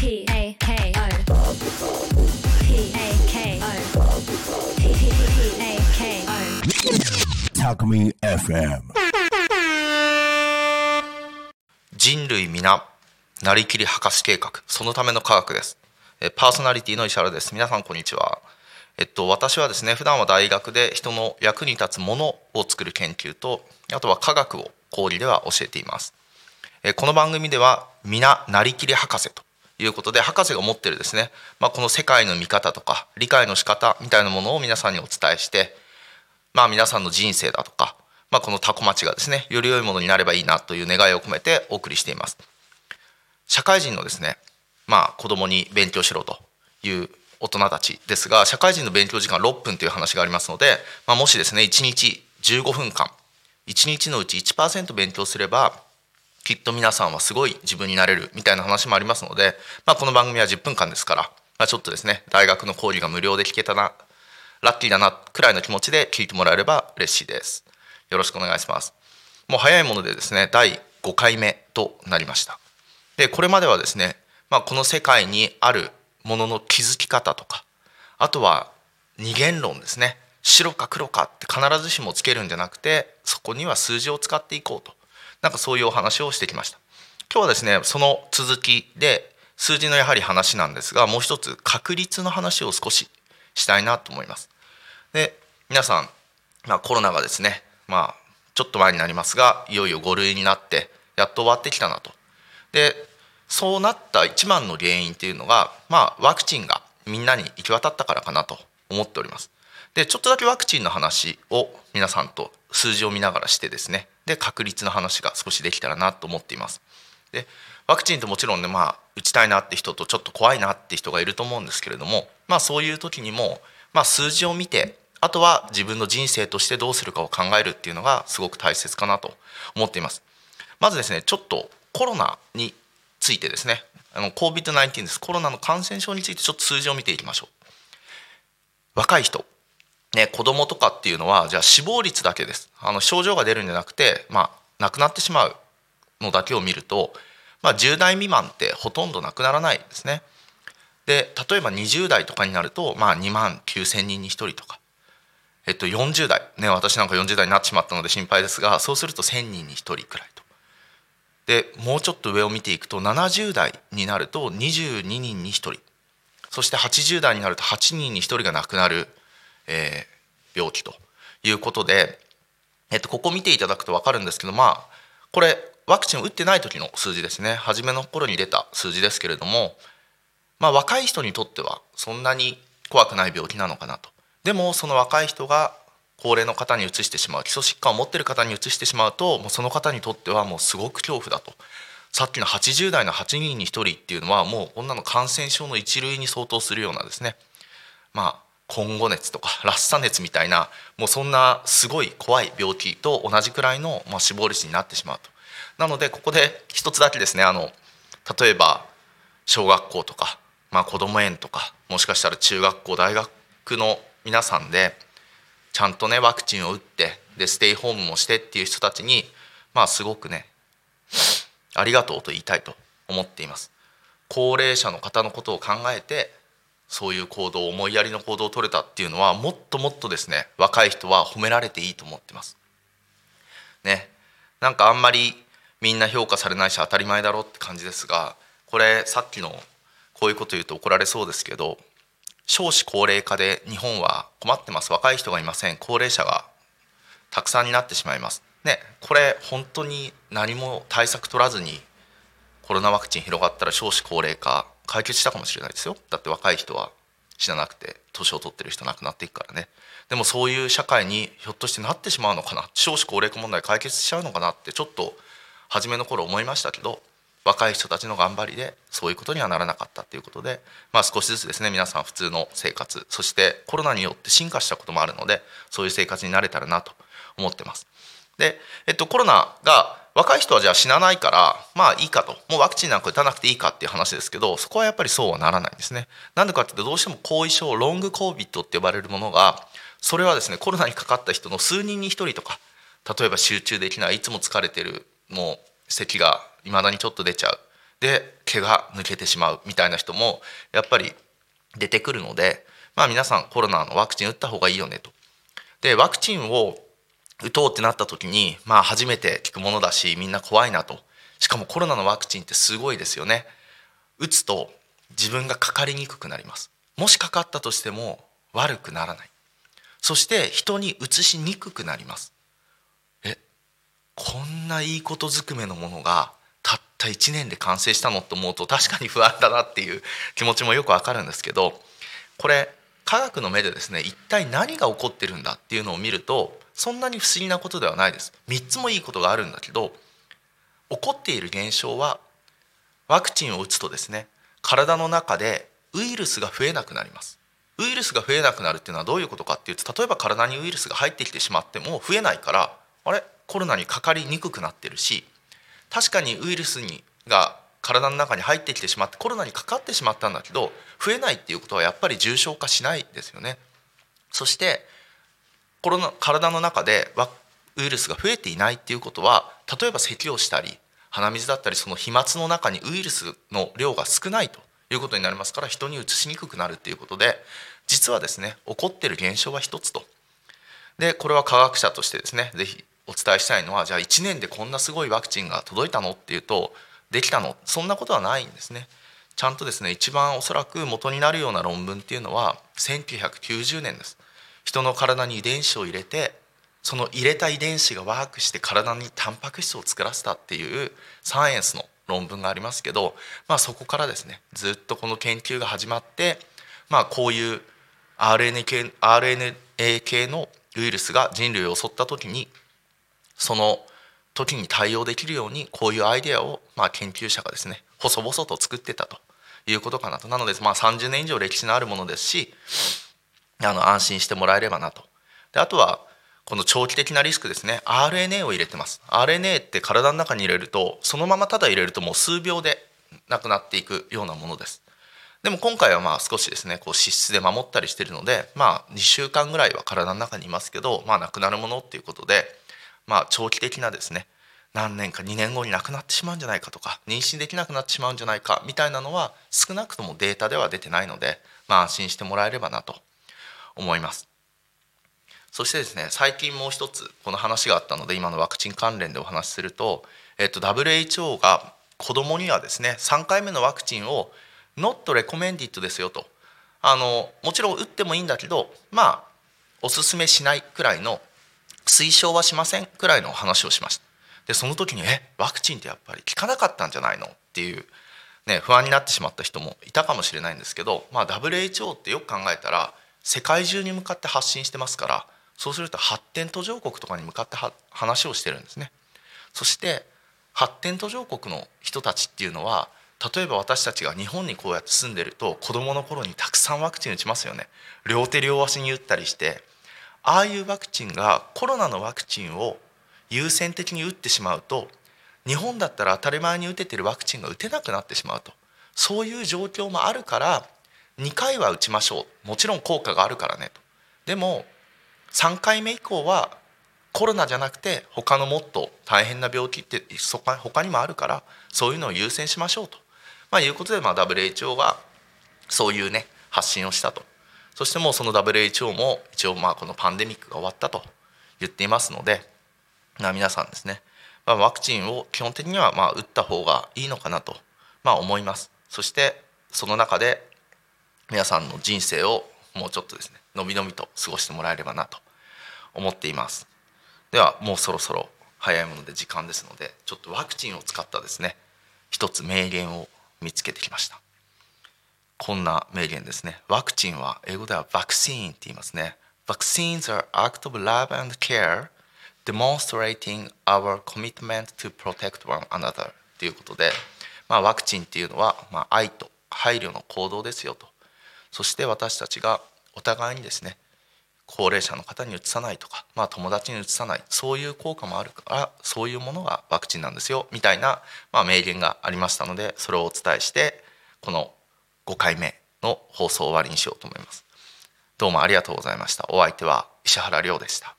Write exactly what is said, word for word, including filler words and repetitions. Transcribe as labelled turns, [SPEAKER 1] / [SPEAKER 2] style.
[SPEAKER 1] P A K O P A K O P A K O
[SPEAKER 2] タクミ エフエム。
[SPEAKER 3] 人類皆なりきり博士計画、そのための科学です。パーソナリティの石原です。皆さんこんにちは。えっと、私はですね、普段は大学で人の役に立つものを作る研究と、あとは科学を講義では教えています。えこの番組では皆なりきり博士ということで、博士が持っているですね、まあ、この世界の見方とか理解の仕方みたいなものを皆さんにお伝えして、まあ、皆さんの人生だとか、まあ、このタコ町がですねより良いものになればいいなという願いを込めてお送りしています。社会人のですね、まあ、子供に勉強しろという大人たちですが、社会人の勉強時間ろっぷんという話がありますので、まあ、もしですねいちにちじゅうごふんかんいちにちのうち いちパーセント 勉強すればきっと皆さんはすごい自分になれるみたいな話もありますので、まあ、この番組はじゅっぷんかんですから、まあ、ちょっとですね大学の講義が無料で聞けたな、ラッキーだなくらいの気持ちで聞いてもらえれば嬉しいです。よろしくお願いします。もう早いものでですねだいごかいめとなりました。でこれまではですね、まあ、この世界にあるものの気づき方とか、あとは二元論ですね、白か黒かって必ずしもつけるんじゃなくて、そこには数字を使っていこうと、なんかそういうお話をしてきました。今日はですねその続きで数字のやはり話なんですが、もう一つ確率の話を少ししたいなと思います。で皆さん、まあ、コロナがですね、まあ、ちょっと前になりますがいよいよごるいになってやっと終わってきたなと。でそうなった一番の原因っていうのが、まあ、ワクチンがみんなに行き渡ったからかなと思っております。でちょっとだけワクチンの話を皆さんと数字を見ながらしてですね、で確率の話が少しできたらなと思っています。でワクチンってもちろんね、まあ、打ちたいなって人とちょっと怖いなって人がいると思うんですけれども、まあ、そういう時にも、まあ、数字を見て、あとは自分の人生としてどうするかを考えるっていうのがすごく大切かなと思っています。まずですねちょっとコロナについてですね、あの コービッドナインティーン です。コロナの感染症についてちょっと数字を見ていきましょう。若い人ね、子供とかっていうのはじゃあ死亡率だけです。あの症状が出るんじゃなくて、まあ、亡くなってしまうのだけを見ると、まあ、じゅうだい未満ってほとんどなくならないですね。で例えばにじゅうだいとかになると、まあ、にまんきゅうせんにんにひとりとか、えっと、よんじゅうだい、ね、私なんかよんじゅうだいになってしまったので心配ですが、そうするとせんにんにひとりくらいと。でもうちょっと上を見ていくとななじゅうだいになるとにじゅうににんにひとり、そしてはちじゅうだいになるとはちにんにひとりが亡くなる、えー、病気ということで、えっと、ここ見ていただくと分かるんですけど、まあこれワクチンを打ってない時の数字ですね。初めの頃に出た数字ですけれども、まあ、若い人にとってはそんなに怖くない病気なのかなと。でもその若い人が高齢の方にうつしてしまう、基礎疾患を持っている方にうつしてしまうと、もうその方にとってはもうすごく恐怖だと。さっきのはちじゅうだいのはちにんにひとりっていうのはもうこんなの感染症の一類に相当するようなですね、まあ今後熱とかラッサ熱みたいな、もうそんなすごい怖い病気と同じくらいの、まあ、死亡率になってしまうと。なのでここで一つだけですね、あの例えば小学校とか、まあ、子ども園とか、もしかしたら中学校大学の皆さんでちゃんとねワクチンを打ってでステイホームもしてっていう人たちに、まあすごくねありがとうと言いたいと思っています。高齢者の方のことを考えてそういう行動、思いやりの行動を取れたっていうのは、もっともっとですね若い人は褒められていいと思ってますね。なんかあんまりみんな評価されないし当たり前だろうって感じですが、これさっきのこういうこと言うと怒られそうですけど、少子高齢化で日本は困ってます。若い人がいません。高齢者がたくさんになってしまいますね。これ本当に何も対策取らずにコロナワクチン広がったら少子高齢化解決したかもしれないですよ。だって若い人は死ななくて年を取ってる人亡くなっていくからね。でもそういう社会にひょっとしてなってしまうのかな、少子高齢化問題解決しちゃうのかなってちょっと初めの頃思いましたけど、若い人たちの頑張りでそういうことにはならなかったということで、まあ、少しずつですね皆さん普通の生活、そしてコロナによって進化したこともあるのでそういう生活になれたらなと思ってます。で、えっと、コロナが若い人はじゃあ死なないからまあいいかと、もうワクチンなんか打たなくていいかっていう話ですけど、そこはやっぱりそうはならないんですね。なんでかっていうと、どうしても後遺症、ロングコービッドって呼ばれるものが、それはですねコロナにかかった人の数人にひとりとか、例えば集中できない、いつも疲れてる、もう咳がいまだにちょっと出ちゃう、 で毛が抜けてしまうみたいな人もやっぱり出てくるので、まあ、皆さんコロナのワクチン打った方がいいよねと。でワクチンを打とうってなった時に、まあ、初めて聞くものだしみんな怖いなと。しかもコロナのワクチンってすごいですよね。打つと自分がかかりにくくなります。もしかかったとしても悪くならない。そして人にうつしにくくなります。えこんないいことずくめのものがたったいちねんで完成したのと思うと確かに不安だなっていう気持ちもよくわかるんですけど、これ科学の目でですね一体何が起こってるんだっていうのを見るとそんなに不思議なことではないです。みっつもいいことがあるんだけど、起こっている現象はワクチンを打つとですね体の中でウイルスが増えなくなります。ウイルスが増えなくなるっていうのはどういうことかっていうと、例えば体にウイルスが入ってきてしまっても増えないから、あれコロナにかかりにくくなってるし、確かにウイルスにが体の中に入ってきてしまってコロナにかかってしまったんだけど増えないっていうことはやっぱり重症化しないですよね。そしてコロナ体の中でウイルスが増えていないっていうことは、例えば咳をしたり鼻水だったりその飛沫の中にウイルスの量が少ないということになりますから、人にうつしにくくなるっていうことで、実はですね起こっている現象は一つと。でこれは科学者としてですねぜひお伝えしたいのは、じゃあいちねんでこんなすごいワクチンが届いたのっていうと、できたのそんなことはないんですね。ちゃんとですね一番おそらく元になるような論文っていうのはせんきゅうひゃくきゅうじゅうねんです。人の体に遺伝子を入れて、その入れた遺伝子がワークして体にタンパク質を作らせたっていうサイエンスの論文がありますけど、まあ、そこからですねずっとこの研究が始まって、まあ、こういう アールエヌエー 系、アールエヌエー 系のウイルスが人類を襲った時にその時に対応できるようにこういうアイデアをまあ研究者がですね細々と作ってたということかなと。なのでまあさんじゅうねん以上歴史のあるものですし、あの安心してもらえればなと。であとはこの長期的なリスクですね。 アールエヌエー を入れてます。 アールエヌエー って体の中に入れるとそのままただ入れるともう数秒でなくなっていくようなものです。でも今回はまあ少しですねこう脂質で守ったりしているので、まあにしゅうかんぐらいは体の中にいますけど、まあなくなるものっていうことで、まあ長期的なですね何年かにねんごになくなってしまうんじゃないかとか妊娠できなくなってしまうんじゃないかみたいなのは少なくともデータでは出てないので、まあ安心してもらえればなと思います。そしてですね最近もう一つこの話があったので今のワクチン関連でお話しすると、えっと、ダブリューエイチオー が子どもにはですねさんかいめのワクチンを Not recommended ですよと。あのもちろん打ってもいいんだけど、まあおすすめしないくらいの、推奨はしませんくらいの話をしました。でその時にえワクチンってやっぱり効かなかったんじゃないのっていう、ね、不安になってしまった人もいたかもしれないんですけど、まあ、ダブリューエイチオー ってよく考えたら世界中に向かって発信してますから、そうすると発展途上国とかに向かって話をしてるんですね。そして発展途上国の人たちっていうのは、例えば私たちが日本にこうやって住んでると子どもの頃にたくさんワクチン打ちますよね。両手両足に打ったりして、ああいうワクチンがコロナのワクチンを優先的に打ってしまうと、日本だったら当たり前に打ててるワクチンが打てなくなってしまうと、そういう状況もあるからにかいは打ちましょう、もちろん効果があるからねと。でもさんかいめ以降はコロナじゃなくて他のもっと大変な病気って他にもあるから、そういうのを優先しましょうと、まあ、いうことで、まあ、ダブリューエイチオー がそういうね発信をしたと。そしてもうその ダブリューエイチオー も一応まあこのパンデミックが終わったと言っていますので、まあ、皆さんですね、まあ、ワクチンを基本的にはまあ打った方がいいのかなと、まあ、思います。そしてその中で皆さんの人生をもうちょっとですねのびのびと過ごしてもらえればなと思っています。ではもうそろそろ早いもので時間ですので、ちょっとワクチンを使ったですね一つ名言を見つけてきました。こんな名言ですね。ワクチンは英語ではバクシーンって言いますね。Vaccines are act of love and care demonstrating our commitment to protect one another ということで、まあ、ワクチンっていうのは、まあ、愛と配慮の行動ですよと。そして私たちがお互いにですね高齢者の方にうつさないとか、まあ、友達にうつさない、そういう効果もあるから、そういうものがワクチンなんですよみたいな、まあ、名言がありましたので、それをお伝えしてこのごかいめの放送を終わりにしようと思います。どうもありがとうございました。お相手は石原亮でした。